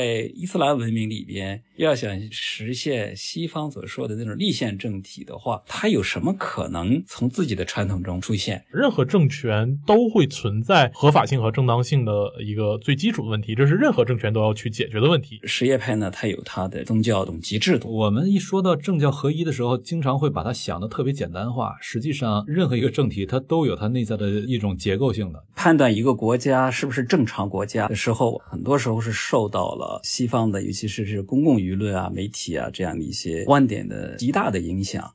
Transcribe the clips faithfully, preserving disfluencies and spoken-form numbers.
在伊斯兰文明里边，要想实现西方所说的那种立宪政体的话，它有什么可能从自己的传统中出现？ 任何政权都会存在合法性和正当性的一个最基础的问题，这是任何政权都要去解决的问题。 什叶派呢，它有它的宗教等级制度。 我们一说到政教合一的时候，经常会把它想得特别简单化，实际上任何一个政体它都有它内在的一种结构性的。 判断一个国家是不是正常国家的时候，很多时候是受到了西方的，尤其是是公共舆论啊、媒体啊这样的一些观点的极大的影响。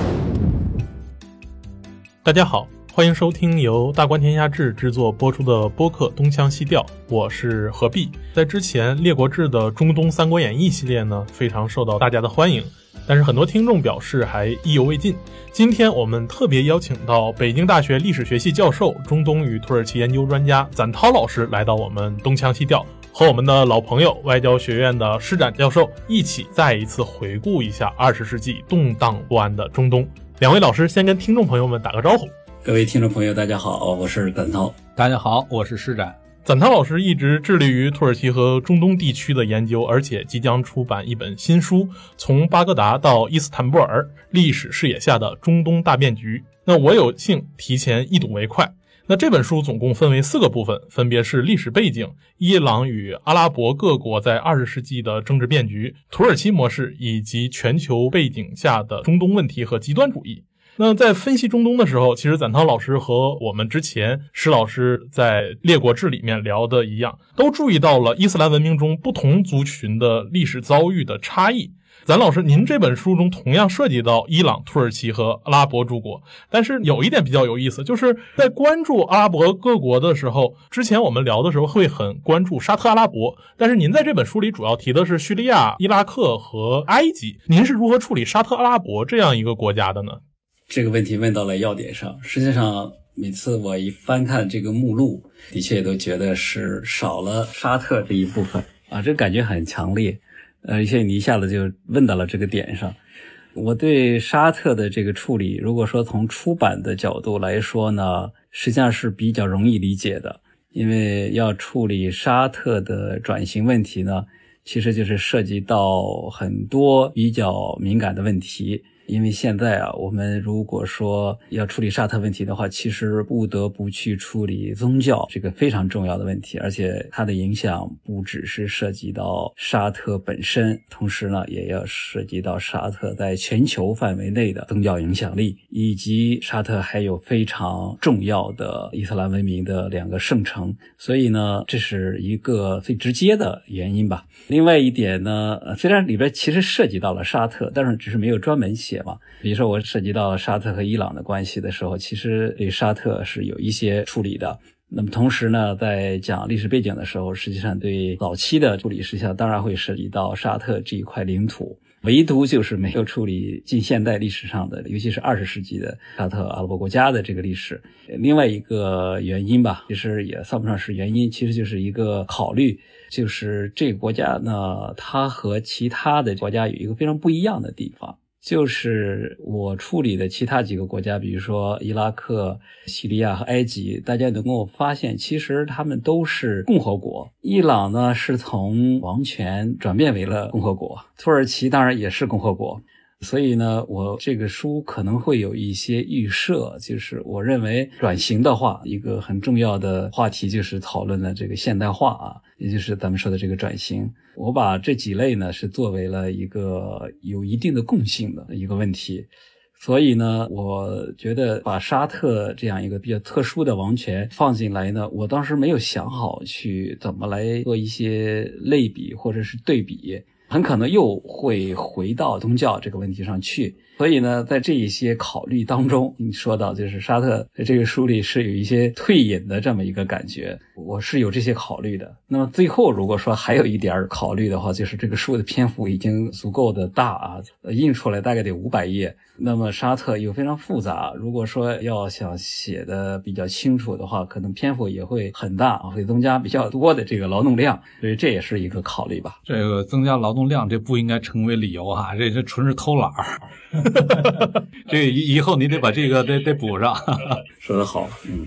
大家好，欢迎收听由大观天下志制作播出的播客东腔西调，我是何必。在之前列国志的中东三国演义系列呢，非常受到大家的欢迎，但是很多听众表示还意犹未尽。今天我们特别邀请到北京大学历史学系教授、中东与土耳其研究专家展涛老师来到我们东腔西调，和我们的老朋友外交学院的施展教授一起再一次回顾一下二十世纪动荡不安的中东。两位老师先跟听众朋友们打个招呼。 各位听众朋友大家好，我是展涛。 大家好，我是施展。 展涛老师一直致力于土耳其和中东地区的研究，而且即将出版一本新书，从巴格达到伊斯坦布尔，历史视野下的中东大变局。那我有幸提前一睹为快。那这本书总共分为四个部分，分别是历史背景、伊朗与阿拉伯各国在二十世纪的政治变局、土耳其模式以及全球背景下的中东问题和极端主义。那在分析中东的时候，其实展涛老师和我们之前施老师在列国志里面聊的一样，都注意到了伊斯兰文明中不同族群的历史遭遇的差异。展老师，您这本书中同样涉及到伊朗、土耳其和阿拉伯诸国，但是有一点比较有意思，就是在关注阿拉伯各国的时候，之前我们聊的时候会很关注沙特阿拉伯，但是您在这本书里主要提的是叙利亚、伊拉克和埃及，您是如何处理沙特阿拉伯这样一个国家的呢？ 这个问题问到了要点上。实际上每次我一翻看这个目录，的确都觉得是少了沙特这一部分啊，这感觉很强烈。呃，而且你一下子就问到了这个点上。我对沙特的这个处理，如果说从出版的角度来说呢，实际上是比较容易理解的。因为要处理沙特的转型问题呢，其实就是涉及到很多比较敏感的问题。因为现在啊，我们如果说要处理沙特问题的话，其实不得不去处理宗教这个非常重要的问题，而且它的影响不只是涉及到沙特本身，同时呢，也要涉及到沙特在全球范围内的宗教影响力，以及沙特还有非常重要的伊斯兰文明的两个圣城。所以呢，这是一个最直接的原因吧。另外一点呢，虽然里边其实涉及到了沙特，但是只是没有专门写。比如说我涉及到沙特和伊朗的关系的时候，其实对沙特是有一些处理的。那么同时呢，在讲历史背景的时候，实际上对早期的处理事项当然会涉及到沙特这一块领土，唯独就是没有处理近现代历史上的，尤其是二十世纪的沙特阿拉伯国家的这个历史。另外一个原因吧，其实也算不上是原因，其实就是一个考虑，就是这个国家呢，它和其他的国家有一个非常不一样的地方。就是我处理的其他几个国家，比如说伊拉克、叙利亚和埃及，大家能够发现其实他们都是共和国。伊朗呢是从王权转变为了共和国，土耳其当然也是共和国。所以呢，我这个书可能会有一些预设，就是我认为转型的话，一个很重要的话题就是讨论的这个现代化啊，也就是咱们说的这个转型。我把这几类呢是作为了一个有一定的共性的一个问题。所以呢，我觉得把沙特这样一个比较特殊的王权放进来呢，我当时没有想好去怎么来做一些类比或者是对比，很可能又会回到宗教这个问题上去。所以呢，在这一些考虑当中，你说到就是沙特在这个书里是有一些退隐的这么一个感觉，我是有这些考虑的。那么最后如果说还有一点考虑的话，就是这个书的篇幅已经足够的大啊，印出来大概得五百页。那么沙特又非常复杂，如果说要想写的比较清楚的话，可能篇幅也会很大，会增加比较多的这个劳动量，所以这也是一个考虑吧。 这个增加劳动量，这不应该成为理由啊，这这纯是偷懒儿。这以以后你得把这个得得补上。 说得好，嗯。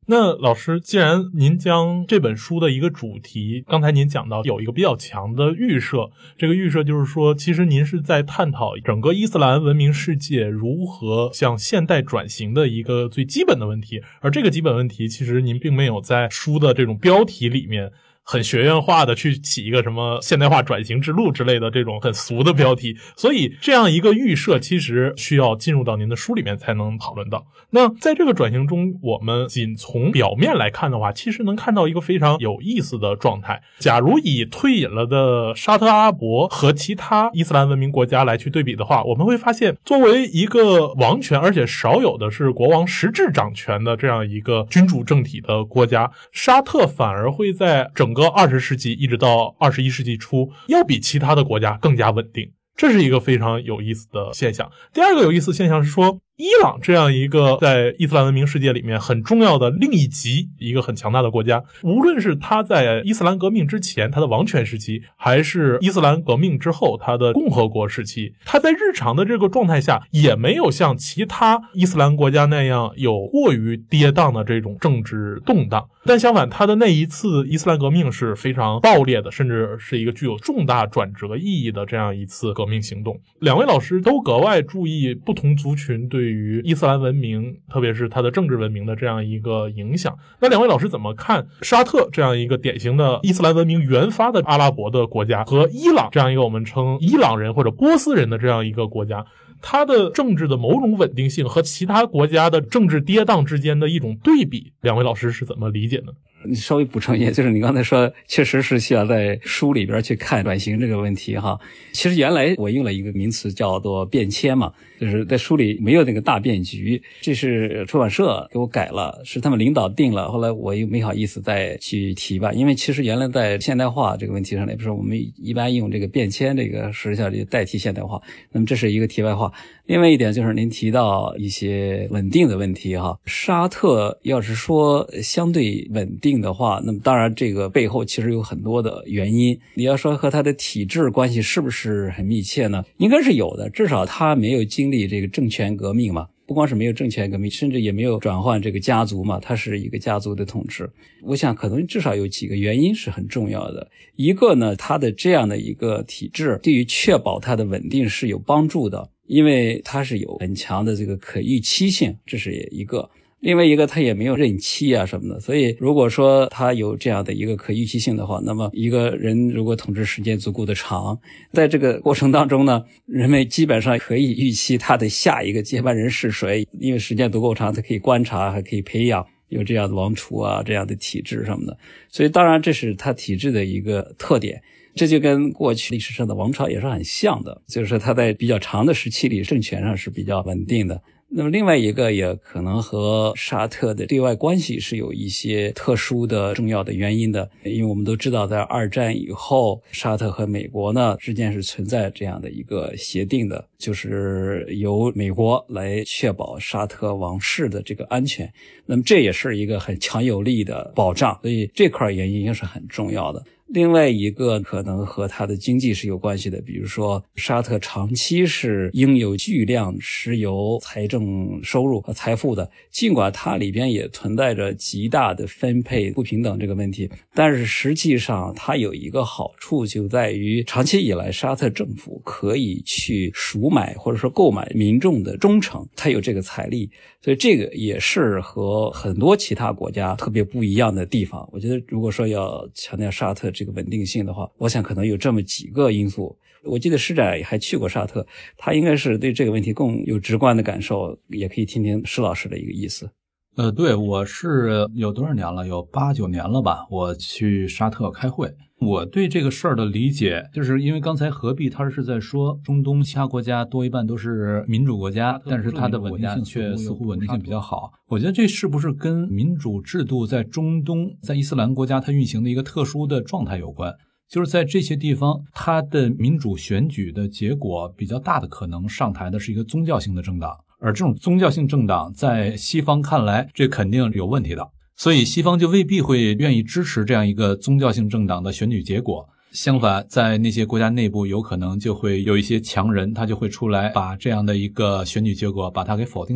那老师，既然您将这本书的一个主题，刚才您讲到有一个比较强的预设，这个预设就是说，其实您是在探讨整个伊斯兰文明世界如何向现代转型的一个最基本的问题，而这个基本问题其实您并没有在书的这种标题里面很学院化的去起一个什么现代化转型之路之类的这种很俗的标题，所以这样一个预设其实需要进入到您的书里面才能讨论到。那在这个转型中，我们仅从表面来看的话，其实能看到一个非常有意思的状态。假如以退隐了的沙特阿拉伯和其他伊斯兰文明国家来去对比的话，我们会发现作为一个王权而且少有的是国王实质掌权的这样一个君主政体的国家，沙特反而会在整个二十世纪一直到二十一世纪初要比其他的国家更加稳定，这是一个非常有意思的现象。第二个有意思现象是说，伊朗这样一个在伊斯兰文明世界里面很重要的另一级一个很强大的国家，无论是他在伊斯兰革命之前他的王权时期，还是伊斯兰革命之后他的共和国时期，他在日常的这个状态下也没有像其他伊斯兰国家那样有过于跌宕的这种政治动荡，但相反他的那一次伊斯兰革命是非常暴烈的，甚至是一个具有重大转折意义的这样一次革命行动。两位老师都格外注意不同族群对于伊斯兰文明特别是它的政治文明的这样一个影响，那两位老师怎么看沙特这样一个典型的伊斯兰文明原发的阿拉伯的国家和伊朗这样一个我们称伊朗人或者波斯人的这样一个国家，它的政治的某种稳定性和其他国家的政治跌宕之间的一种对比，两位老师是怎么理解的？ 你稍微补充一下，就是你刚才说确实是需要在书里边去看转型这个问题哈。其实原来我用了一个名词叫做变迁嘛，就是在书里没有那个大变局，这是出版社给我改了，是他们领导定了，后来我又没好意思再去提吧，因为其实原来在现代化这个问题上来说，我们一般用这个变迁这个实际上就代替现代化，那么这是一个题外话。另外一点就是您提到一些稳定的问题哈，沙特要是说相对稳定的话，那么当然这个背后其实有很多的原因。你要说和它的体制关系是不是很密切呢？应该是有的，至少它没有经历这个政权革命嘛，不光是没有政权革命，甚至也没有转换这个家族嘛，它是一个家族的统治。我想可能至少有几个原因是很重要的。一个呢，它的这样的一个体制对于确保它的稳定是有帮助的，因为它是有很强的这个可预期性，这是一个。另外一个它也没有任期啊什么的，所以如果说它有这样的一个可预期性的话，那么一个人如果统治时间足够的长，在这个过程当中呢，人们基本上可以预期他的下一个接班人是谁，因为时间足够长，他可以观察，还可以培养有这样的王储啊这样的体制什么的，所以当然这是他体制的一个特点。这就跟过去历史上的王朝也是很像的，就是说他在比较长的时期里政权上是比较稳定的。那么另外一个也可能和沙特的对外关系是有一些特殊的重要的原因的，因为我们都知道在二战以后，沙特和美国呢之间是存在这样的一个协定的，就是由美国来确保沙特王室的这个安全，那么这也是一个很强有力的保障，所以这块原因是很重要的。另外一个可能和它的经济是有关系的，比如说沙特长期是拥有巨量石油财政收入和财富的，尽管它里边也存在着极大的分配不平等这个问题，但是实际上它有一个好处，就在于长期以来沙特政府可以去赎买或者说购买民众的忠诚，它有这个财力，所以这个也是和很多其他国家特别不一样的地方。我觉得如果说要强调沙特这个稳定性的话，我想可能有这么几个因素。我记得施展还去过沙特，他应该是对这个问题更有直观的感受，也可以听听施老师的一个意思。 呃，对，我是有多少年了？有八九年了吧？我去沙特开会。我对这个事儿的理解，就是因为刚才何必他是在说中东其他国家多一半都是民主国家，但是它的稳定性却似乎稳定性比较好。我觉得这是不是跟民主制度在中东在伊斯兰国家它运行的一个特殊的状态有关？就是在这些地方，它的民主选举的结果比较大的可能上台的是一个宗教性的政党，而这种宗教性政党在西方看来这肯定有问题的，所以西方就未必会愿意支持这样一个宗教性政党的选举结果。相反，在那些国家内部有可能就会有一些强人，他就会出来把这样的一个选举结果把它给否定掉。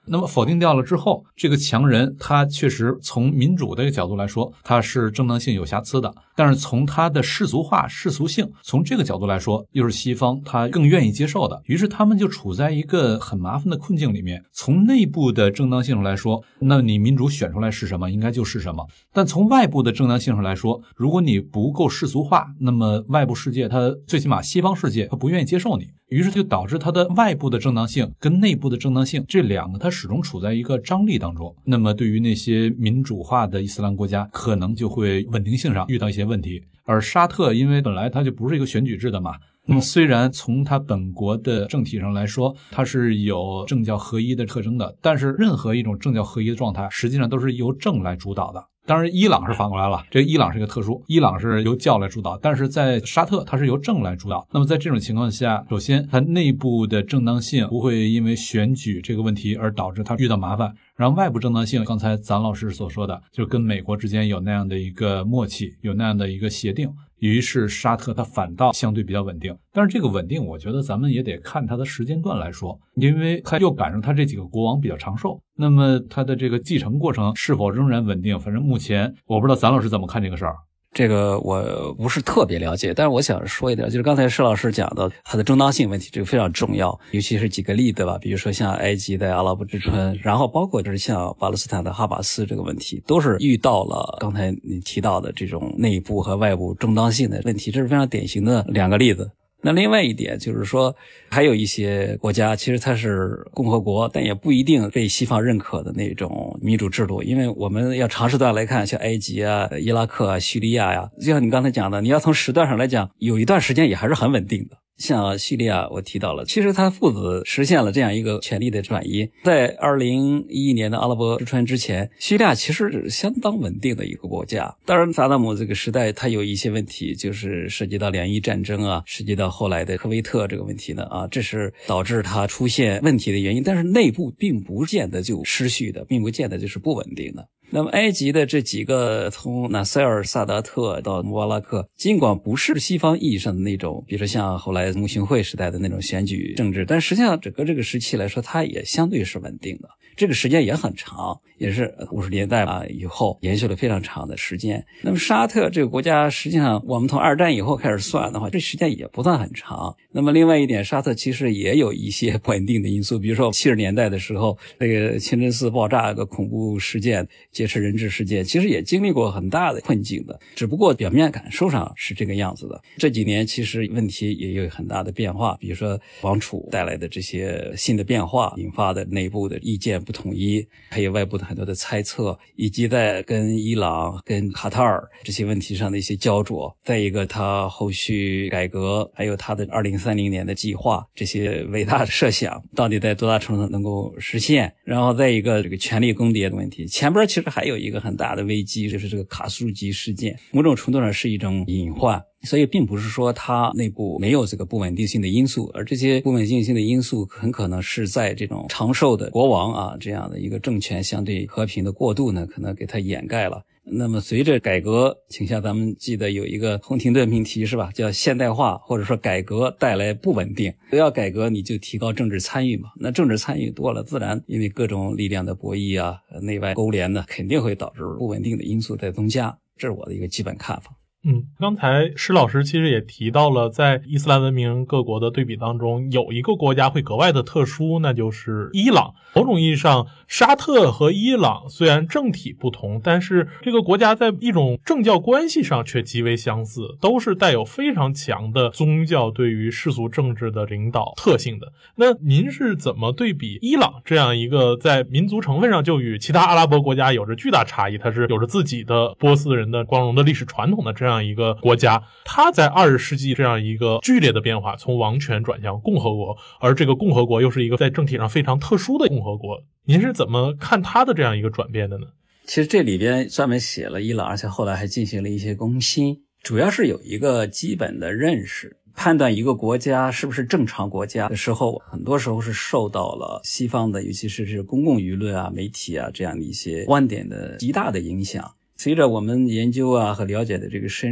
那么否定掉了之后，这个强人他确实从民主的一个角度来说，他是正当性有瑕疵的，但是从他的世俗化、世俗性，从这个角度来说，又是西方他更愿意接受的。于是他们就处在一个很麻烦的困境里面。从内部的正当性上来说，那你民主选出来是什么，应该就是什么。但从外部的正当性上来说，如果你不够世俗化，那么外部世界它最起码西方世界它不愿意接受你，于是就导致它的外部的正当性跟内部的正当性这两个它始终处在一个张力当中。那么对于那些民主化的伊斯兰国家，可能就会稳定性上遇到一些问题。而沙特因为本来它就不是一个选举制的嘛，那么虽然从它本国的政体上来说它是有政教合一的特征的，但是任何一种政教合一的状态实际上都是由政来主导的。当然伊朗是反过来了，这伊朗是一个特殊，伊朗是由教来主导，但是在沙特它是由政来主导。那么在这种情况下，首先它内部的正当性不会因为选举这个问题而导致它遇到麻烦，然后外部正当性刚才咱老师所说的，就跟美国之间有那样的一个默契，有那样的一个协定，于是沙特它反倒相对比较稳定。但是这个稳定我觉得咱们也得看它的时间段来说，因为它又赶上它这几个国王比较长寿，那么它的这个继承过程是否仍然稳定，反正目前我不知道咱老师怎么看这个事儿。 这个我不是特别了解，但是我想说一点，就是刚才施老师讲的它的正当性问题，这个非常重要，尤其是几个例子吧，比如说像埃及的阿拉伯之春，然后包括就是像巴勒斯坦的哈马斯这个问题，都是遇到了刚才你提到的这种内部和外部正当性的问题，这是非常典型的两个例子。那另外一点就是说，还有一些国家其实它是共和国，但也不一定被西方认可的那种民主制度，因为我们要长时段来看，像埃及啊、伊拉克啊、叙利亚呀、啊，就像你刚才讲的，你要从时段上来讲，有一段时间也还是很稳定的。像叙利亚我提到了，其实他父子实现了这样一个权力的转移。在二零一一年的阿拉伯之春之前，叙利亚其实是相当稳定的一个国家。当然萨达姆这个时代它有一些问题，就是涉及到两伊战争啊，涉及到后来的科威特这个问题呢啊，这是导致它出现问题的原因。但是内部并不见得就失序的，并不见得就是不稳定的。那么埃及的这几个从纳赛尔、萨达特到穆巴拉克，尽管不是西方意义上的那种，比如说像后来穆兄会时代的那种选举政治，但实际上整个这个时期来说，它也相对是稳定的。这个时间也很长，也是五十年代啊以后延续了非常长的时间。那么沙特这个国家，实际上我们从二战以后开始算的话，这时间也不算很长。那么另外一点，沙特其实也有一些不稳定的因素，比如说七十年代的时候，这个清真寺爆炸个恐怖事件、劫持人质事件，其实也经历过很大的困境的，只不过表面感受上是这个样子的。这几年其实问题也有很大的变化，比如说王储带来的这些新的变化，引发的内部的意见不统一，还有外部的很多的猜测，以及在跟伊朗、跟卡塔尔这些问题上的一些焦灼。再一个，他后续改革，还有他的二零三零年的计划，这些伟大的设想到底在多大程度能够实现？然后再一个这个权力更迭的问题。前边其实还有一个很大的危机，就是这个卡舒吉事件，某种程度上是一种隐患。所以并不是说它内部没有这个不稳定性的因素，而这些不稳定性的因素很可能是在这种长寿的国王啊这样的一个政权相对和平的过渡呢，可能给它掩盖了。那么随着改革倾向，咱们记得有一个亨廷顿命题是吧，叫现代化或者说改革带来不稳定。要改革你就提高政治参与嘛，那政治参与多了，自然因为各种力量的博弈啊、内外勾连呢，肯定会导致不稳定的因素在增加，这是我的一个基本看法。 嗯，刚才施老师其实也提到了，在伊斯兰文明各国的对比当中，有一个国家会格外的特殊，那就是伊朗。某种意义上，沙特和伊朗虽然政体不同，但是这个国家在一种政教关系上却极为相似，都是带有非常强的宗教对于世俗政治的领导特性的。那您是怎么对比伊朗这样一个在民族成分上就与其他阿拉伯国家有着巨大差异，它是有着自己的波斯人的光荣的历史传统的这样这样一个国家，它在二十世纪这样一个剧烈的变化，从王权转向共和国，而这个共和国又是一个在政体上非常特殊的共和国，您是怎么看它的这样一个转变的呢？ 其实这里边专门写了伊朗，而且后来还进行了一些更新，主要是有一个基本的认识，判断一个国家是不是正常国家的时候，很多时候是受到了西方的，尤其是这公共舆论啊、媒体啊这样的一些观点的极大的影响。随着我们研究啊和了解的这个深入，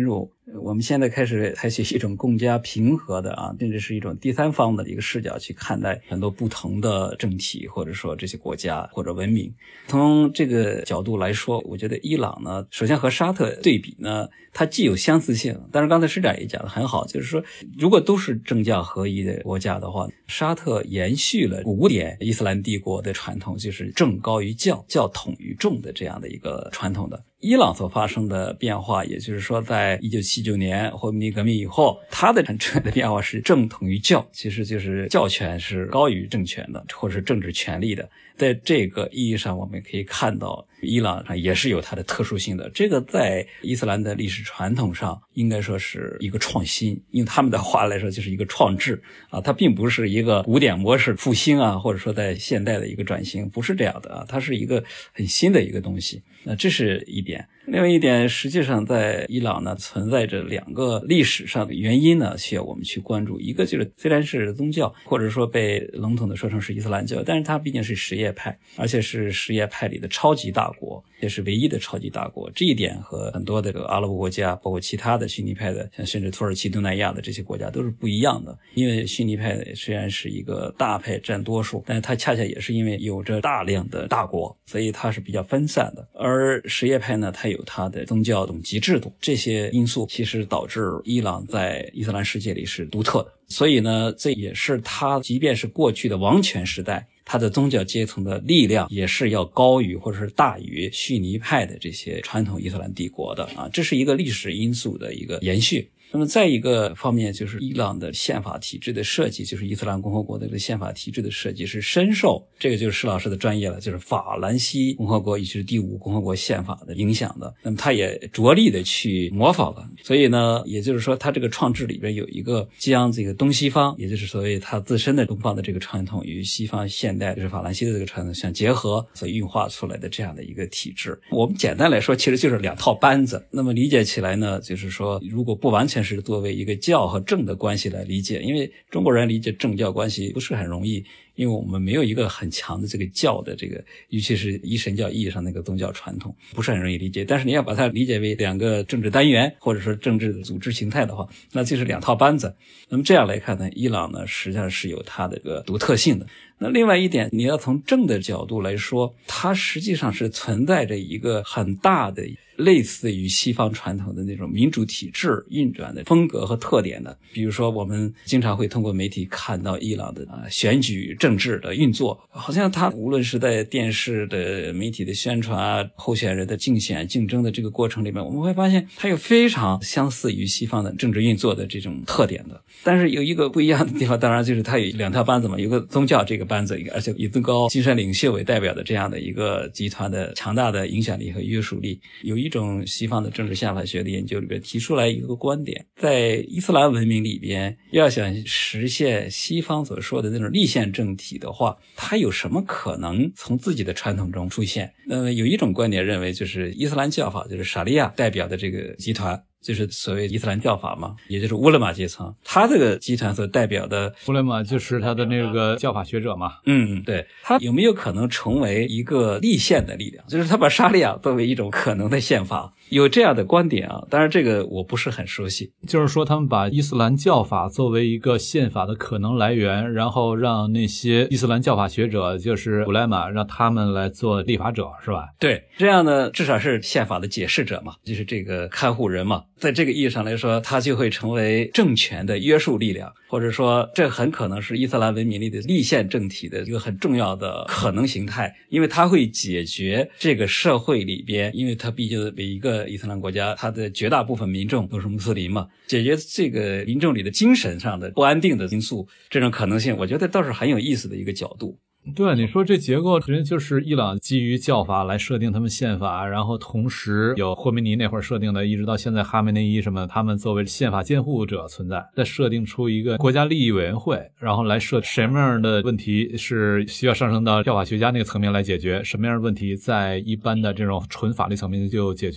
我们现在开始采取一种更加平和的啊，甚至是一种第三方的一个视角去看待很多不同的政体，或者说这些国家或者文明。从这个角度来说，我觉得伊朗呢，首先和沙特对比呢，它既有相似性，但是刚才师长也讲得很好，就是说如果都是政教合一的国家的话，沙特延续了古典伊斯兰帝国的传统，就是政高于教，教统于众的这样的一个传统的。伊朗所发生的变化，也就是说在一九七九年霍梅尼革命以后，它的很重要的变化是政统于教，其实就是教权是高于政权的，或者是政治权力的。在这个意义上，我们可以看到伊朗上也是有它的特殊性的，这个在伊斯兰的历史传统上应该说是一个创新，用他们的话来说就是一个创制啊，它并不是一个古典模式复兴啊，或者说在现代的一个转型，不是这样的啊，它是一个很新的一个东西。那这是一点。另外一点，实际上在伊朗呢存在着两个历史上的原因呢，需要我们去关注。一个就是虽然是宗教，或者说被笼统的说成是伊斯兰教，但是它毕竟是什叶派，而且是什叶派里的超级大国，也是唯一的超级大国。这一点和很多的阿拉伯国家，包括其他的逊尼派的，像甚至土耳其、东南亚的这些国家都是不一样的。因为逊尼派虽然是一个大派占多数，但是它恰恰也是因为有着大量的大国，所以它是比较分散的。而什叶派呢，它有它的宗教等级制度，这些因素其实导致伊朗在伊斯兰世界里是独特的。所以呢，这也是它即便是过去的王权时代，它的宗教阶层的力量也是要高于或者是大于逊尼派的这些传统伊斯兰帝国的啊，这是一个历史因素的一个延续。那么再一个方面，就是伊朗的宪法体制的设计，就是伊斯兰共和国的这个宪法体制的设计是深受，这个就是施老师的专业了，就是法兰西共和国也就是第五共和国宪法的影响的。那么他也着力的去模仿了，所以呢，也就是说他这个创制里边有一个将这个东西方，也就是所谓他自身的东方的这个传统与西方现代就是法兰西的这个传统相结合所运化出来的这样的一个体制。我们简单来说其实就是两套班子，那么理解起来呢，就是说如果不完全是作为一个教和政的关系来理解，因为中国人理解政教关系不是很容易，因为我们没有一个很强的这个教的这个，尤其是一神教意义上那个宗教传统，不是很容易理解。但是你要把它理解为两个政治单元或者说政治的组织形态的话，那就是两套班子。那么这样来看呢，伊朗呢实际上是有它的这个独特性的。那另外一点，你要从政的角度来说，它实际上是存在着一个很大的类似于西方传统的那种民主体制运转的风格和特点的。比如说我们经常会通过媒体看到伊朗的、呃、选举政治的运作，好像它无论是在电视的媒体的宣传啊，候选人的竞选竞争的这个过程里面，我们会发现它有非常相似于西方的政治运作的这种特点的。但是有一个不一样的地方，当然就是它有两套班子嘛，有个宗教这个班子，而且以宗教精神领袖为代表的这样的一个集团的强大的影响力和约束力。有一种西方的政治宪法学的研究里边提出来一个观点，在伊斯兰文明里边，要想实现西方所说的那种立宪政体的话，它有什么可能从自己的传统中出现？那么有一种观点认为，就是伊斯兰教法，就是沙利亚代表的这个集团，就是所谓伊斯兰教法嘛，也就是乌勒玛阶层，他这个集团所代表的乌勒玛就是他的那个教法学者嘛。 嗯，对，他有没有可能成为一个立宪的力量？就是他把沙利亚作为一种可能的宪法，有这样的观点啊。当然这个我不是很熟悉。 就是说他们把伊斯兰教法作为一个宪法的可能来源，然后让那些伊斯兰教法学者，就是乌莱玛，让他们来做立法者，是吧？ 对，这样呢至少是宪法的解释者嘛，就是这个看护人嘛。在这个意义上来说，它就会成为政权的约束力量，或者说这很可能是伊斯兰文明里的立宪政体的一个很重要的可能形态，因为它会解决这个社会里边，因为它毕竟每一个伊斯兰国家它的绝大部分民众都是穆斯林嘛，解决这个民众里的精神上的不安定的因素，这种可能性我觉得倒是很有意思的一个角度。 对，你说这结构实际就是伊朗基于教法来设定他们宪法，然后同时有霍梅尼那会儿设定的，一直到现在哈梅内伊什么，他们作为宪法监护者存在，再设定出一个国家利益委员会，然后来设什么样的问题是需要上升到教法学家那个层面来解决，什么样的问题在一般的这种纯法律层面就解决了。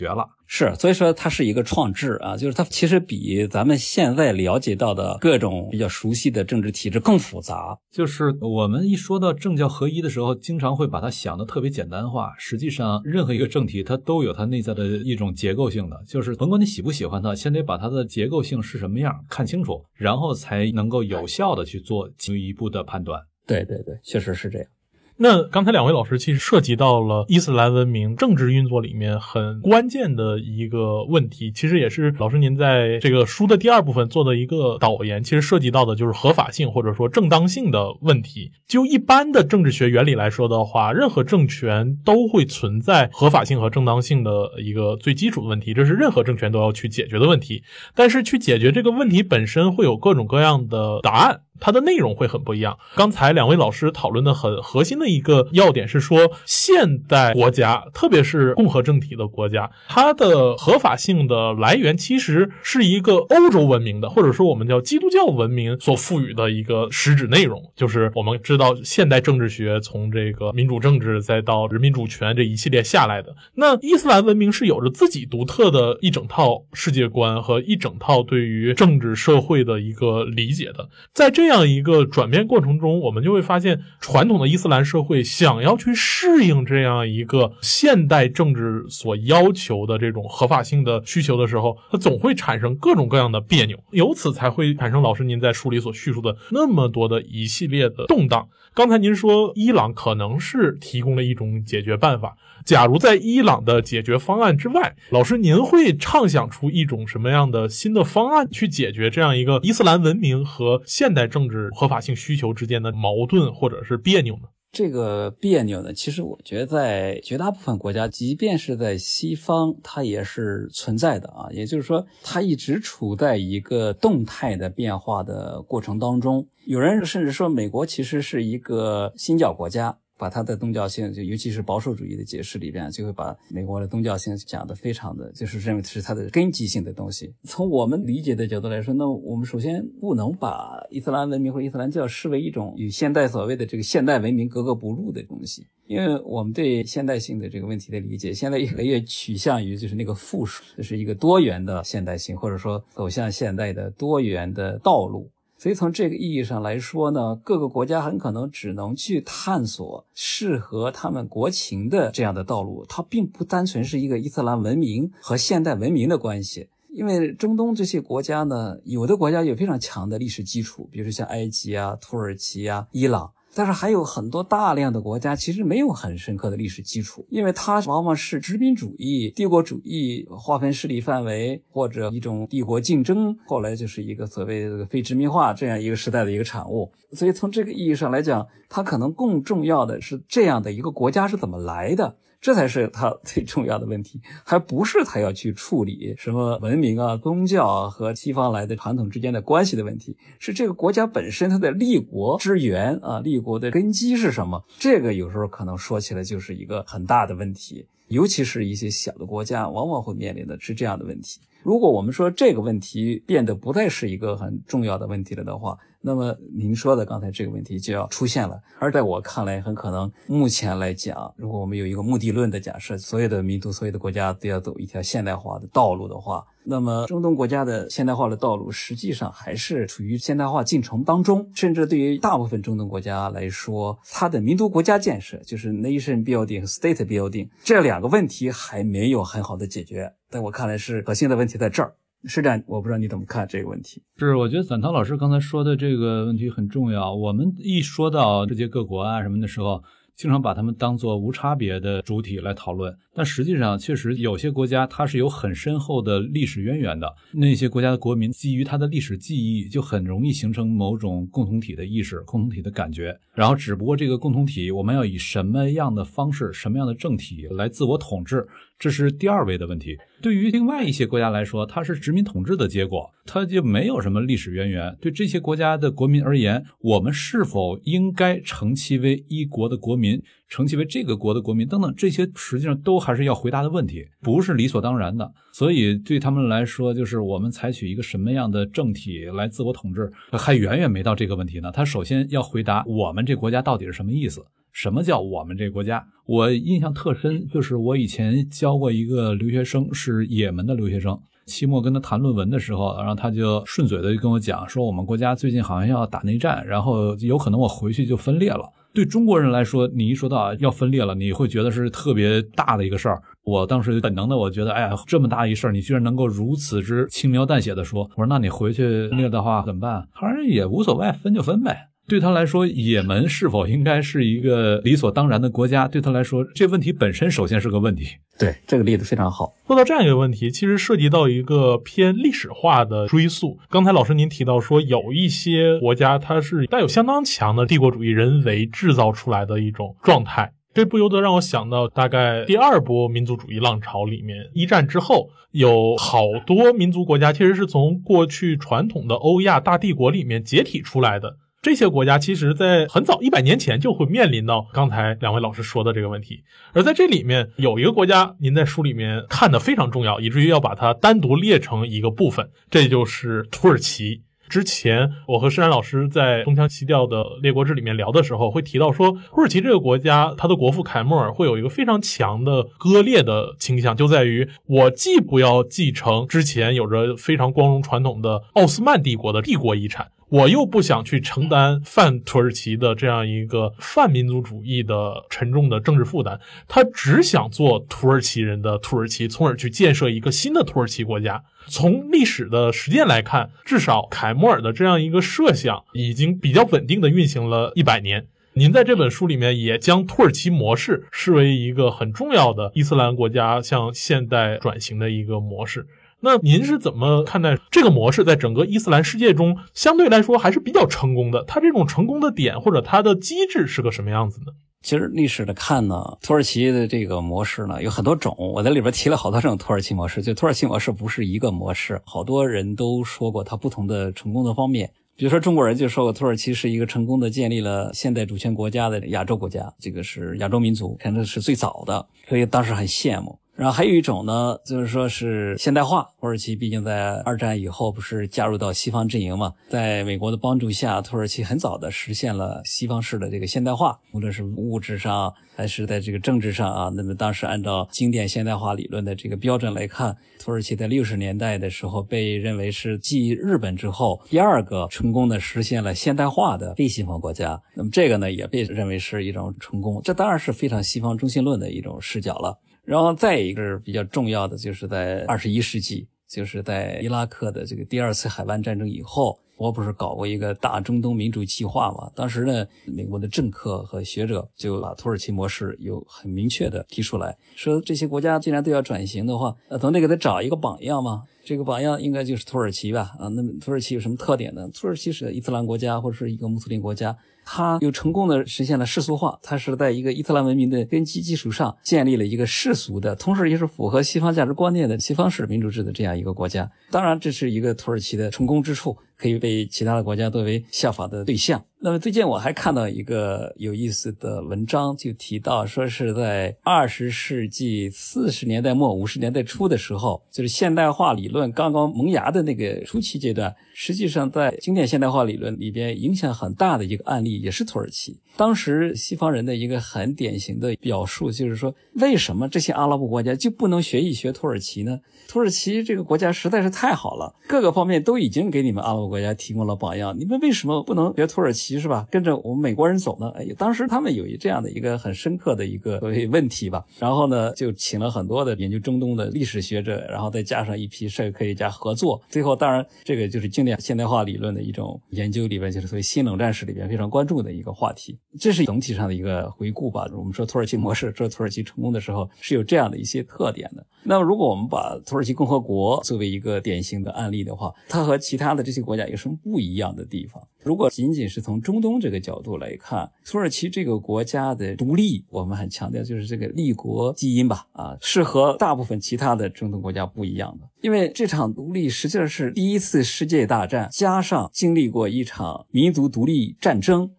是，所以说它是一个创制啊，就是它其实比咱们现在了解到的各种比较熟悉的政治体制更复杂。 就是我们一说到政教合一的时候，经常会把它想得特别简单化，实际上任何一个政体它都有它内在的一种结构性的，就是甭管你喜不喜欢它，先得把它的结构性是什么样看清楚，然后才能够有效的去做进一步的判断。 对对对，确实是这样。 那刚才两位老师其实涉及到了伊斯兰文明政治运作里面很关键的一个问题，其实也是老师您在这个书的第二部分做的一个导言，其实涉及到的就是合法性或者说正当性的问题。就一般的政治学原理来说的话，任何政权都会存在合法性和正当性的一个最基础的问题，这是任何政权都要去解决的问题。但是去解决这个问题本身会有各种各样的答案，它的内容会很不一样。刚才两位老师讨论的很核心的一个要点是说，现代国家特别是共和政体的国家，它的合法性的来源其实是一个欧洲文明的，或者说我们叫基督教文明所赋予的一个实质内容。就是我们知道现代政治学从这个民主政治再到人民主权这一系列下来的，那伊斯兰文明是有着自己独特的一整套世界观和一整套对于政治社会的一个理解的。在这样一个转变过程中，我们就会发现传统的伊斯兰社会想要去适应这样一个现代政治所要求的这种合法性的需求的时候，它总会产生各种各样的别扭，由此才会产生老师您在书里所叙述的那么多的一系列的动荡。刚才您说伊朗可能是提供了一种解决办法，假如在伊朗的解决方案之外，老师您会畅想出一种什么样的新的方案去解决这样一个伊斯兰文明和现代政治合法性需求之间的矛盾或者是别扭呢？ 这个别扭呢，其实我觉得在绝大部分国家，即便是在西方，它也是存在的啊。也就是说，它一直处在一个动态的变化的过程当中。有人甚至说，美国其实是一个新教国家，把它的宗教性，就尤其是保守主义的解释里边，就会把美国的宗教性讲得非常的，就是认为是它的根基性的东西。从我们理解的角度来说，那我们首先不能把伊斯兰文明或伊斯兰教视为一种与现代所谓的这个现代文明格格不入的东西，因为我们对现代性的这个问题的理解，现在越来越趋向于就是那个复数，就是一个多元的现代性，或者说走向现代的多元的道路。所以从这个意义上来说呢，各个国家很可能只能去探索适合他们国情的这样的道路，它并不单纯是一个伊斯兰文明和现代文明的关系。因为中东这些国家呢，有的国家有非常强的历史基础，比如说像埃及啊、土耳其啊、伊朗，但是还有很多大量的国家其实没有很深刻的历史基础，因为它往往是殖民主义、帝国主义划分势力范围，或者一种帝国竞争，后来就是一个所谓的非殖民化这样一个时代的一个产物。所以从这个意义上来讲，它可能更重要的是这样的一个国家是怎么来的，这才是它最重要的问题，还不是它要去处理什么文明啊、宗教啊和西方来的传统之间的关系的问题，是这个国家本身它的立国之源啊，立国的根基是什么？这个有时候可能说起来就是一个很大的问题，尤其是一些小的国家往往会面临的是这样的问题。如果我们说这个问题变得不再是一个很重要的问题了的话，那么您说的刚才这个问题就要出现了。而在我看来，很可能目前来讲，如果我们有一个目的论的假设，所有的民族、所有的国家都要走一条现代化的道路的话，那么中东国家的现代化的道路实际上还是处于现代化进程当中，甚至对于大部分中东国家来说，它的民族国家建设，就是 nation building 和 state building 这两个问题还没有很好的解决。在我看来是核心的问题在这儿。是这样，我不知道你怎么看这个问题。 是，我觉得展涛老师刚才说的这个问题很重要。我们一说到世界各国啊什么的时候，经常把他们当作无差别的主体来讨论，但实际上确实有些国家它是有很深厚的历史渊源的，那些国家的国民基于它的历史记忆就很容易形成某种共同体的意识、共同体的感觉，然后只不过这个共同体我们要以什么样的方式、什么样的政体来自我统治，这是第二位的问题。对于另外一些国家来说，它是殖民统治的结果，它就没有什么历史渊源。对这些国家的国民而言，我们是否应该承其为一国的国民，承其为这个国的国民等等，这些实际上都还是要回答的问题，不是理所当然的。所以对他们来说，就是我们采取一个什么样的政体来自我统治，还远远没到这个问题呢。他首先要回答我们这国家到底是什么意思。 什么叫我们这个国家？我印象特深，就是我以前教过一个留学生，是也门的留学生。期末跟他谈论文的时候，然后他就顺嘴的跟我讲说，我们国家最近好像要打内战，然后有可能我回去就分裂了。对中国人来说，你一说到要分裂了，你会觉得是特别大的一个事儿。我当时本能的我觉得，哎呀，这么大一事儿，你居然能够如此之轻描淡写的说。我说那你回去分裂的话怎么办？他说也无所谓，分就分呗。对他来说，也门是否应该是一个理所当然的国家，对他来说这问题本身首先是个问题。 对，这个例子非常好。 说到这样一个问题，其实涉及到一个偏历史化的追溯。刚才老师您提到说，有一些国家它是带有相当强的帝国主义人为制造出来的一种状态，这不由得让我想到大概第二波民族主义浪潮里面，一战之后有好多民族国家其实是从过去传统的欧亚大帝国里面解体出来的。这些国家其实在很早一百年前就会面临到刚才两位老师说的这个问题。而在这里面有一个国家您在书里面看得非常重要，以至于要把它单独列成一个部分，这就是土耳其。之前我和施然老师在东腔西调的列国志里面聊的时候会提到说，土耳其这个国家它的国父凯末尔会有一个非常强的割裂的倾向，就在于我既不要继承之前有着非常光荣传统的奥斯曼帝国的帝国遗产，我又不想去承担泛土耳其的这样一个泛民族主义的沉重的政治负担，他只想做土耳其人的土耳其，从而去建设一个新的土耳其国家。从历史的实践来看，至少凯末尔的这样一个设想已经比较稳定的运行了一百年。您在这本书里面也将土耳其模式视为一个很重要的伊斯兰国家向现代转型的一个模式。那您是怎么看待这个模式在整个伊斯兰世界中相对来说还是比较成功的？它这种成功的点或者它的机制是个什么样子呢？ 其实历史的看呢，土耳其的这个模式呢有很多种，我在里边提了好多这种土耳其模式。就土耳其模式不是一个模式，好多人都说过它不同的成功的方面。比如说中国人就说过土耳其是一个成功的建立了现代主权国家的亚洲国家，这个是亚洲民族，可能是最早的，所以当时很羡慕。然后还有一种呢，就是说是现代化。土耳其毕竟在二战以后不是加入到西方阵营嘛，在美国的帮助下，土耳其很早的实现了西方式的这个现代化，无论是物质上还是在这个政治上啊。那么当时按照经典现代化理论的这个标准来看，土耳其在六十年代的时候被认为是继日本之后第二个成功的实现了现代化的非西方国家。那么这个呢也被认为是一种成功，这当然是非常西方中心论的一种视角了。然后再一个比较重要的就是在二十一世纪，就是在伊拉克的这个第二次海湾战争以后，我不是搞过一个大中东民主计划嘛？当时呢，美国的政客和学者就把土耳其模式有很明确的提出来，说这些国家既然都要转型的话，那总得给他找一个榜样嘛。这个榜样应该就是土耳其吧？啊，那么土耳其有什么特点呢？土耳其是伊斯兰国家或者是一个穆斯林国家，它又成功的实现了世俗化，它是在一个伊斯兰文明的根基基础上建立了一个世俗的，同时也是符合西方价值观念的西方式民主制的这样一个国家。当然这是一个土耳其的成功之处，可以被其他的国家作为效法的对象。那么最近我还看到一个有意思的文章，就提到说是在二十世纪四十年代末五十年代初的时候，就是现代化理论刚刚萌芽的那个初期阶段，实际上在经典现代化理论里边影响很大的一个案例也是土耳其。当时西方人的一个很典型的表述就是说，为什么这些阿拉伯国家就不能学一学土耳其呢？土耳其这个国家实在是太好了，各个方面都已经给你们阿拉伯国家提供了榜样，你们为什么不能学土耳其是吧？跟着我们美国人走呢？哎，当时他们有这样的一个很深刻的一个所谓问题吧。然后呢，就请了很多的研究中东的历史学者，然后再加上一批社会科学家合作，最后当然这个就是经典现代化理论的一种研究里边，就是所谓新冷战史里边非常关注的一个话题。这是总体上的一个回顾吧。我们说土耳其模式，说土耳其成功的时候是有这样的一些特点的。那么如果我们把土耳其共和国作为一个典型的案例的话，它和其他的这些国家有什么不一样的地方？如果仅仅是从中东这个角度来看，土耳其这个国家的独立，我们很强调就是这个立国基因吧，啊，是和大部分其他的中东国家不一样的。因为这场独立实际上是第一次世界大战加上经历过一场民族独立战争，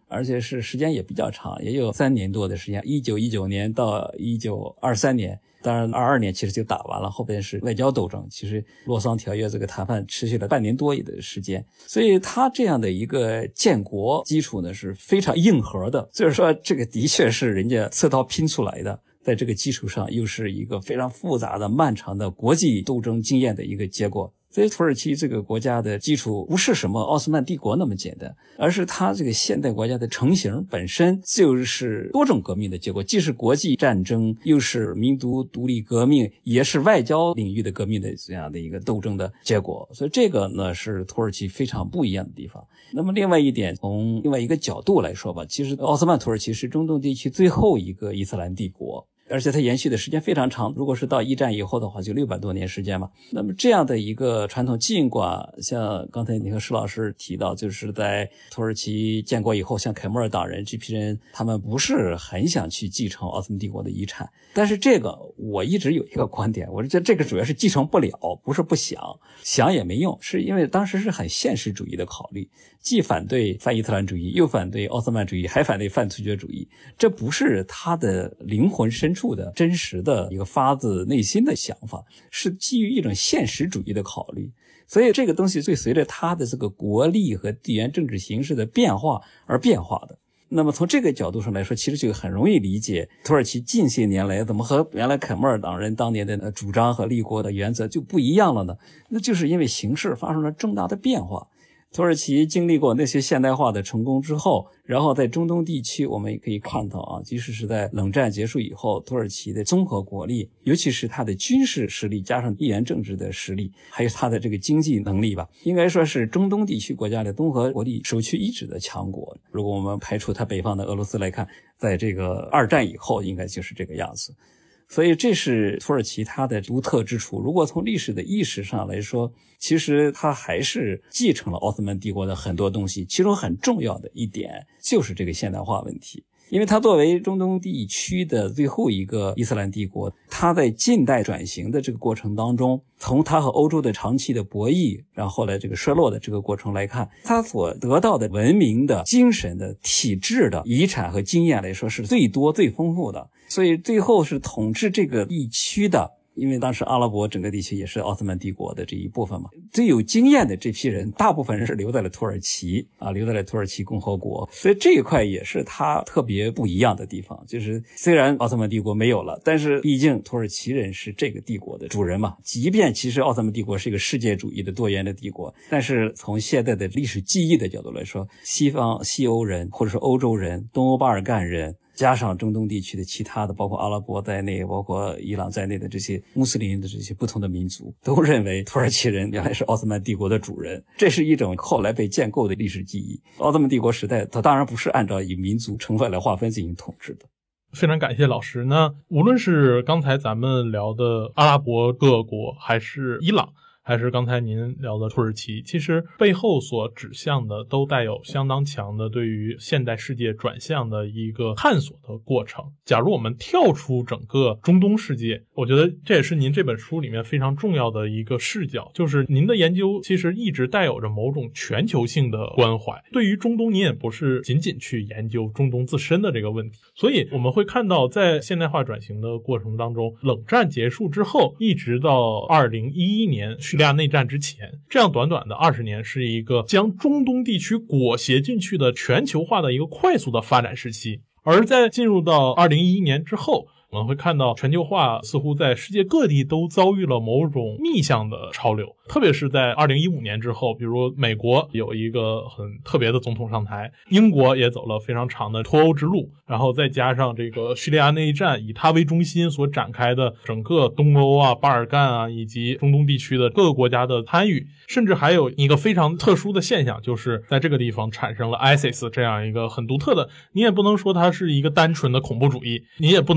而且是时间也比较长，也有三年多的时间，一九一九年到一九二三年。当然二二年其实就打完了，后边是外交斗争，其实洛桑条约这个谈判持续了半年多的时间，所以他这样的一个建国基础呢是非常硬核的，所以说这个的确是人家刺刀拼出来的，在这个基础上又是一个非常复杂的漫长的国际斗争经验的一个结果。所以土耳其这个国家的基础不是什么奥斯曼帝国那么简单，而是它这个现代国家的成型本身就是多种革命的结果，既是国际战争，又是民族独立革命，也是外交领域的革命的这样的一个斗争的结果。所以这个呢是土耳其非常不一样的地方。那么另外一点，从另外一个角度来说吧，其实奥斯曼土耳其是中东地区最后一个伊斯兰帝国，而且它延续的时间非常长，如果是到一战以后的话就六百多年时间嘛。那么这样的一个传统，尽管像刚才你和施老师提到，就是在土耳其建国以后，像凯末尔党人这批人他们不是很想去继承奥斯曼帝国的遗产，但是这个我一直有一个观点，我觉得这个主要是继承不了，不是不想，想也没用，是因为当时是很现实主义的考虑，既反对泛伊斯兰主义，又反对奥斯曼主义，还反对泛突厥主义，这不是他的灵魂深处的真实的一个发自内心的想法，是基于一种现实主义的考虑。所以这个东西会随着它的这个国力和地缘政治形势的变化而变化的。那么从这个角度上来说，其实就很容易理解土耳其近些年来怎么和原来凯末尔党人当年的主张和立国的原则就不一样了呢？那就是因为形势发生了重大的变化。土耳其经历过那些现代化的成功之后，然后在中东地区我们也可以看到啊，即使是在冷战结束以后，土耳其的综合国力，尤其是它的军事实力加上地缘政治的实力，还有它的这个经济能力吧，应该说是中东地区国家的综合国力首屈一指的强国。如果我们排除它北方的俄罗斯来看，在这个二战以后应该就是这个样子。所以这是土耳其它的独特之处。如果从历史的意识上来说，其实它还是继承了奥斯曼帝国的很多东西，其中很重要的一点就是这个现代化问题。因为它作为中东地区的最后一个伊斯兰帝国，它在近代转型的这个过程当中，从它和欧洲的长期的博弈，然后后来这个衰落的这个过程来看，它所得到的文明的、精神的、体制的遗产和经验来说是最多最丰富的。所以最后是统治这个地区的，因为当时阿拉伯整个地区也是奥斯曼帝国的这一部分嘛，最有经验的这批人大部分人是留在了土耳其啊，留在了土耳其共和国。所以这一块也是它特别不一样的地方，就是虽然奥斯曼帝国没有了，但是毕竟土耳其人是这个帝国的主人嘛。即便其实奥斯曼帝国是一个世界主义的多元的帝国，但是从现在的历史记忆的角度来说，西方西欧人或者是欧洲人、东欧巴尔干人，加上中东地区的其他的包括阿拉伯在内，包括伊朗在内的这些穆斯林的这些不同的民族，都认为土耳其人原来是奥斯曼帝国的主人，这是一种后来被建构的历史记忆。奥斯曼帝国时代它当然不是按照以民族成分来划分进行统治的。 非常感谢老师。那无论是刚才咱们聊的阿拉伯各国，还是伊朗，还是刚才您聊的土耳其，其实背后所指向的都带有相当强的对于现代世界转向的一个探索的过程。假如我们跳出整个中东世界，我觉得这也是您这本书里面非常重要的一个视角，就是您的研究其实一直带有着某种全球性的关怀。对于中东，您也不是仅仅去研究中东自身的这个问题，所以我们会看到在现代化转型的过程当中，冷战结束之后一直到二零一一年叙利亚内战之前，这样短短的二十年是一个将中东地区裹挟进去的全球化的一个快速的发展时期。而在进入到二零一一年之后，我们会看到全球化似乎在世界各地都遭遇了某种逆向的潮流，特别是在二零一五年之后，比如美国有一个很特别的总统上台，英国也走了非常长的脱欧之路，然后再加上这个叙利亚内战以它为中心所展开的整个东欧啊、巴尔干啊以及中东地区的各个国家的参与，甚至还有一个非常特殊的现象，就是在这个地方产生了 I S I S 这样一个很独特的，你也不能说它是一个单纯的恐怖主义，你也不能把它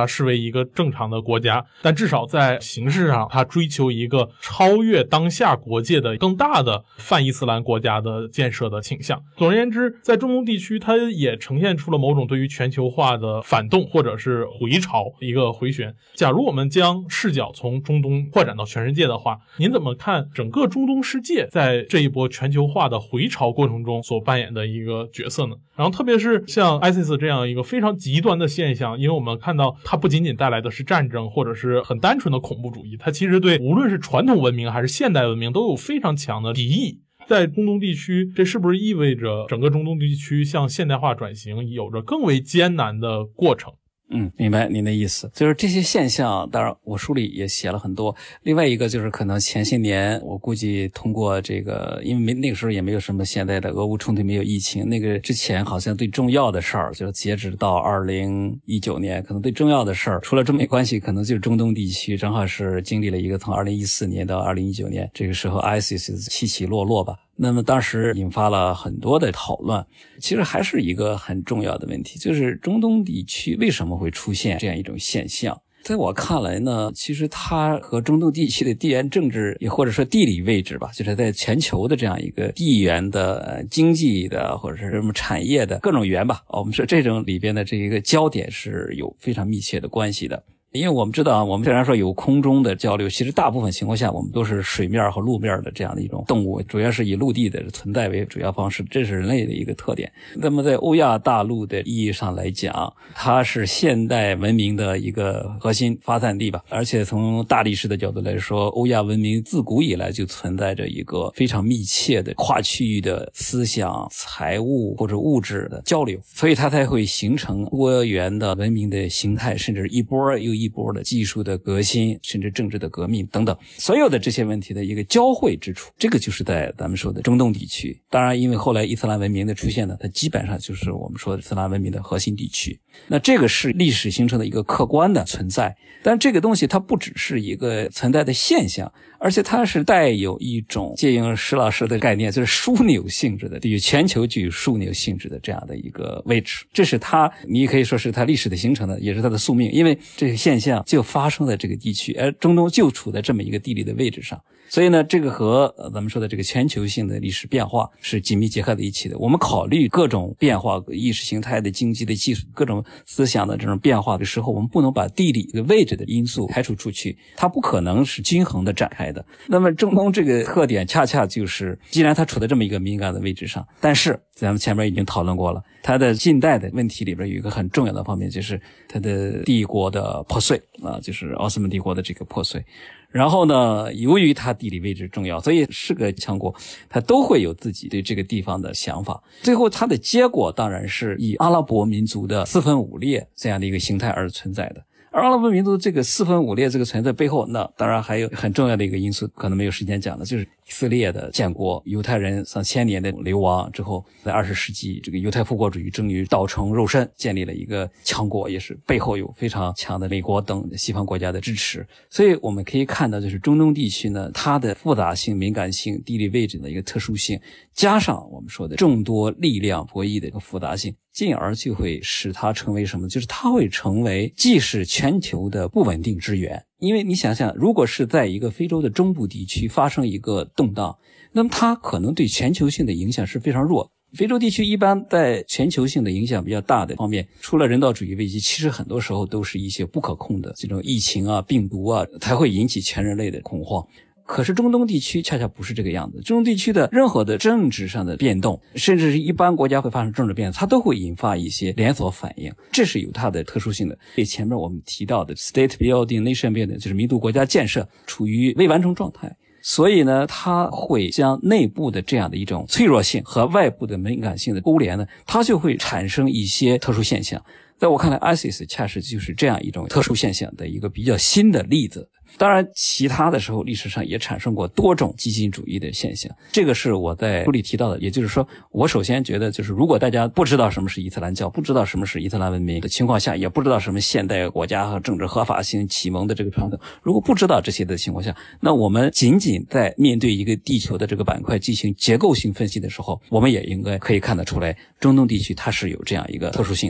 视为一个正常的国家，但至少在形式上它追求一个超越当下国界的更大的泛伊斯兰国家的建设的倾向。总而言之，在中东地区它也呈现出了某种对于全球化的反动或者是回潮，一个回旋。假如我们将视角从中东扩展到全世界的话，您怎么看整个中东世界在这一波全球化的回潮过程中所扮演的一个角色呢？然后特别是像 I S I S 这样一个非常极端的现象，因为我们看到它不仅仅带来的是战争或者是很单纯的恐怖主义，它其实对无论是传统文明还是现代文明都有非常强的敌意。在中东地区，这是不是意味着整个中东地区向现代化转型有着更为艰难的过程？ 嗯，明白您的意思，就是这些现象，当然我书里也写了很多。另外一个就是可能前些年，我估计通过这个，因为没那个时候也没有什么现在的俄乌冲突，没有疫情，那个之前好像最重要的事儿，就是截止到二零一九年，可能最重要的事儿，除了中美关系，可能就是中东地区，正好是经历了一个从二零一四年到二零一九年这个时候 I S I S 起起落落吧。那么当时引发了很多的讨论，其实还是一个很重要的问题，就是中东地区为什么会出现这样一种现象。在我看来呢，其实它和中东地区的地缘政治也或者说地理位置吧，就是在全球的这样一个地缘的、呃、经济的或者是什么产业的各种源吧，我们说这种里边的这一个焦点是有非常密切的关系的。因为我们知道，我们虽然说有空中的交流，其实大部分情况下我们都是水面和陆面的这样的一种动物，主要是以陆地的存在为主要方式，这是人类的一个特点。那么在欧亚大陆的意义上来讲，它是现代文明的一个核心发散地吧，而且从大历史的角度来说，欧亚文明自古以来就存在着一个非常密切的跨区域的思想、财务或者物质的交流，所以它才会形成多元的文明的形态，甚至一波又一波的技术的革新，甚至政治的革命等等，所有的这些问题的一个交汇之处，这个就是在咱们说的中东地区。当然因为后来伊斯兰文明的出现呢，它基本上就是我们说的伊斯兰文明的核心地区，那这个是历史形成的一个客观的存在。但这个东西它不只是一个存在的现象，而且它是带有一种借用石老师的概念，就是枢纽性质的，对于全球具有枢纽性质的这样的一个位置，这是它你可以说是它历史的形成的，也是它的宿命。因为这个现象就发生在这个地区，而中东就处在这么一个地理的位置上，所以呢这个和、呃、咱们说的这个全球性的历史变化是紧密结合在一起的。我们考虑各种变化，意识形态的、经济的、技术各种思想的这种变化的时候，我们不能把地理的位置的因素排除出去，它不可能是均衡的展开的。那么中东这个特点恰恰就是既然它处在这么一个敏感的位置上，但是咱们前面已经讨论过了，它的近代的问题里边有一个很重要的方面，就是它的帝国的破碎啊，就是奥斯曼帝国的这个破碎。然后呢，由于它地理位置重要，所以是个强国，它都会有自己对这个地方的想法。最后它的结果当然是以阿拉伯民族的四分五裂这样的一个形态而存在的。而阿拉伯民族这个四分五裂这个存在背后，那当然还有很重要的一个因素，可能没有时间讲的，就是以色列的建国，犹太人上千年的流亡之后，在二十世纪这个犹太复国主义终于道成肉身，建立了一个强国，也是背后有非常强的美国等西方国家的支持。所以我们可以看到，就是中东地区呢，它的复杂性、敏感性、地理位置的一个特殊性，加上我们说的众多力量博弈的一个复杂性，进而就会使它成为什么？就是它会成为既是全球的不稳定之源。因为你想想，如果是在一个非洲的中部地区发生一个动荡，那么它可能对全球性的影响是非常弱。非洲地区一般在全球性的影响比较大的方面，除了人道主义危机，其实很多时候都是一些不可控的这种疫情啊、病毒啊，才会引起全人类的恐慌。可是中东地区恰恰不是这个样子，中东地区的任何的政治上的变动，甚至是一般国家会发生政治变动，它都会引发一些连锁反应，这是有它的特殊性的。所以前面我们提到的 state building nation building 就是民族国家建设处于未完成状态，所以呢它会将内部的这样的一种脆弱性和外部的敏感性的勾连呢，它就会产生一些特殊现象。在我看来 I S I S 恰是就是这样一种特殊现象的一个比较新的例子。当然其他的时候历史上也产生过多种激进主义的现象，这个是我在书里提到的。也就是说，我首先觉得就是如果大家不知道什么是伊斯兰教，不知道什么是伊斯兰文明的情况下，也不知道什么现代国家和政治合法性启蒙的这个传统，如果不知道这些的情况下，那我们仅仅在面对一个地球的这个板块进行结构性分析的时候，我们也应该可以看得出来，中东地区它是有这样一个特殊性的。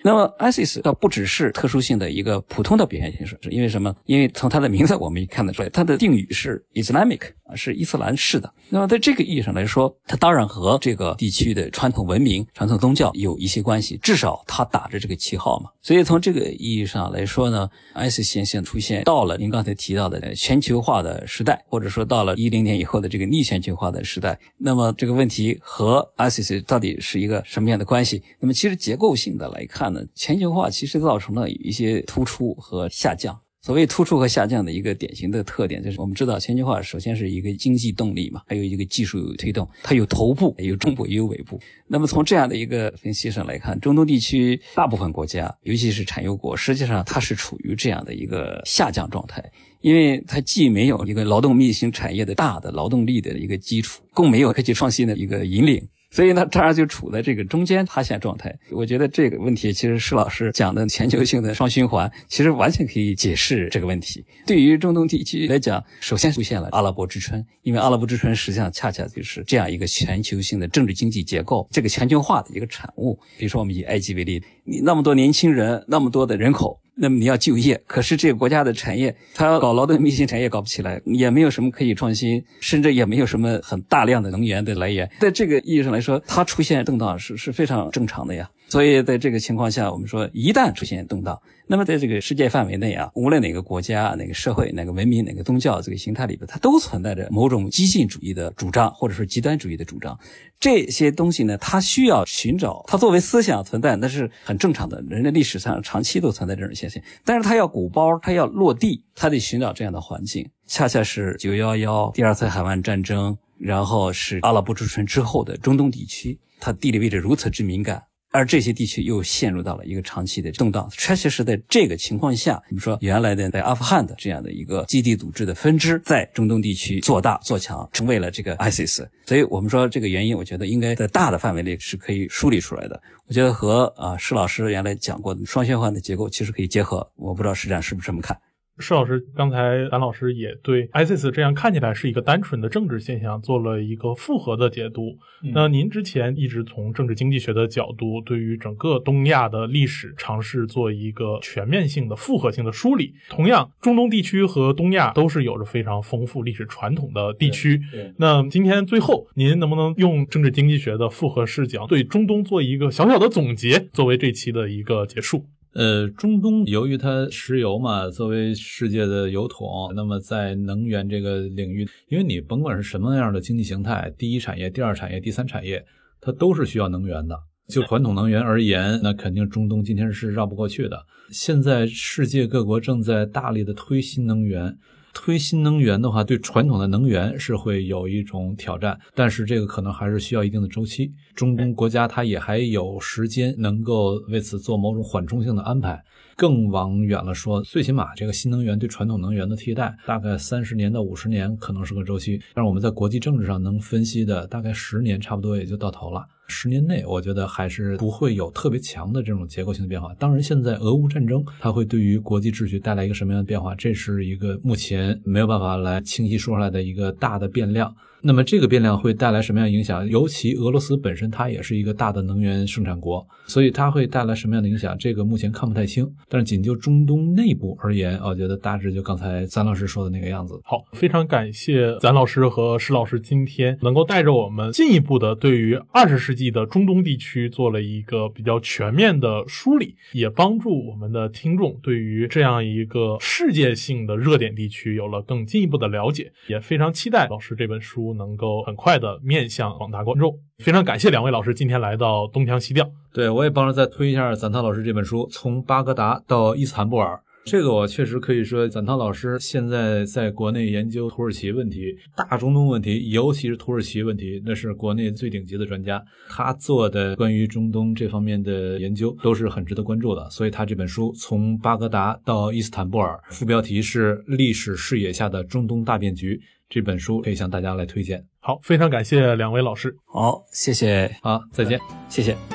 那么 ISIS 它不只是特殊性的一个普通的表现形式，因为什么？因为从它的名字我们看得出来，它的定语是 Islamic， 是伊斯兰式的。那么在这个意义上来说，它当然和这个地区的传统文明、传统宗教有一些关系，至少它打着这个旗号嘛。所以从这个意义上来说呢 ，ISIS 现象出现到了您刚才提到的全球化的时代，或者说到了一零年以后的这个逆全球化的时代，那么这个问题和 ISIS 到底是一个什么样的关系？那么其实结构性的来看呢，全球化其实造成了一些突出和下降。所谓突出和下降的一个典型的特点，就是我们知道全球化首先是一个经济动力嘛，还有一个技术推动，它有头部，也有中部，也有尾部。那么从这样的一个分析上来看，中东地区大部分国家，尤其是产油国，实际上它是处于这样的一个下降状态，因为它既没有一个劳动密集型产业的大的劳动力的一个基础，更没有科技创新的一个引领。所以呢，这样就处在这个中间塌陷状态。我觉得这个问题其实施老师讲的全球性的双循环，其实完全可以解释这个问题。对于中东地区来讲，首先出现了阿拉伯之春，因为阿拉伯之春实际上恰恰就是这样一个全球性的政治经济结构，这个全球化的一个产物。比如说我们以埃及为例，你那么多年轻人，那么多的人口，那么你要就业，可是这个国家的产业，它要搞劳动密集型产业搞不起来，也没有什么可以创新，甚至也没有什么很大量的能源的来源。在这个意义上来说，它出现动荡是是非常正常的呀。所以在这个情况下，我们说一旦出现动荡，那么在这个世界范围内啊，无论哪个国家、哪个社会、哪个文明、哪个宗教这个形态里边，它都存在着某种激进主义的主张，或者说极端主义的主张。这些东西呢，它需要寻找，它作为思想存在，那是很正常的，人类历史上长期都存在这种现象。但是它要鼓包，它要落地，它得寻找这样的环境。恰恰是九一一第二次海湾战争，然后是阿拉伯之春之后的中东地区，它地理位置如此之敏感，而这些地区又陷入到了一个长期的动荡。确实是在这个情况下，比如说原来的在阿富汗的这样的一个基地组织的分支，在中东地区做大做强，成为了这个 ISIS。 所以我们说这个原因，我觉得应该在大的范围内是可以梳理出来的。我觉得和啊施老师原来讲过的双循环的结构其实可以结合，我不知道施展是不是这么看。 施老师，刚才咱老师也对 ISIS 这样看起来是一个单纯的政治现象做了一个复合的解读。嗯、那您之前一直从政治经济学的角度，对于整个东亚的历史尝试做一个全面性的复合性的梳理。同样，中东地区和东亚都是有着非常丰富历史传统的地区。那今天最后，您能不能用政治经济学的复合视角，对中东做一个小小的总结，作为这期的一个结束？ 呃，中东由于它石油嘛，作为世界的油桶，那么在能源这个领域，因为你甭管是什么样的经济形态，第一产业、第二产业、第三产业，它都是需要能源的。就传统能源而言，那肯定中东今天是绕不过去的。现在世界各国正在大力的推新能源。推新能源的话，对传统的能源是会有一种挑战，但是这个可能还是需要一定的周期。中东国家它也还有时间能够为此做某种缓冲性的安排。更往远了说，最起码这个新能源对传统能源的替代，大概三十年到五十年可能是个周期，但是我们在国际政治上能分析的，大概十年差不多也就到头了。十年内我觉得还是不会有特别强的这种结构性的变化。当然现在俄乌战争它会对于国际秩序带来一个什么样的变化，这是一个目前没有办法来清晰说出来的一个大的变量。那么这个变量会带来什么样的影响，尤其俄罗斯本身它也是一个大的能源生产国，所以它会带来什么样的影响，这个目前看不太清。但是仅就中东内部而言，我觉得大致就刚才咱老师说的那个样子。 好，非常感谢咱老师和施老师今天能够带着我们进一步的对于二十世纪的中东地区做了一个比较全面的梳理，也帮助我们的听众对于这样一个世界性的热点地区有了更进一步的了解。也非常期待老师这本书能够很快的面向广大观众。非常感谢两位老师今天来到东腔西调。 对，我也帮着再推一下咱涛老师这本书，从巴格达到伊斯坦布尔。这个我确实可以说，咱涛老师现在在国内研究土耳其问题、大中东问题，尤其是土耳其问题，那是国内最顶级的专家。他做的关于中东这方面的研究都是很值得关注的，所以他这本书从巴格达到伊斯坦布尔，副标题是历史视野下的中东大变局，这本书可以向大家来推荐。 好，非常感谢两位老师。 好，谢谢。 好，再见。 谢谢。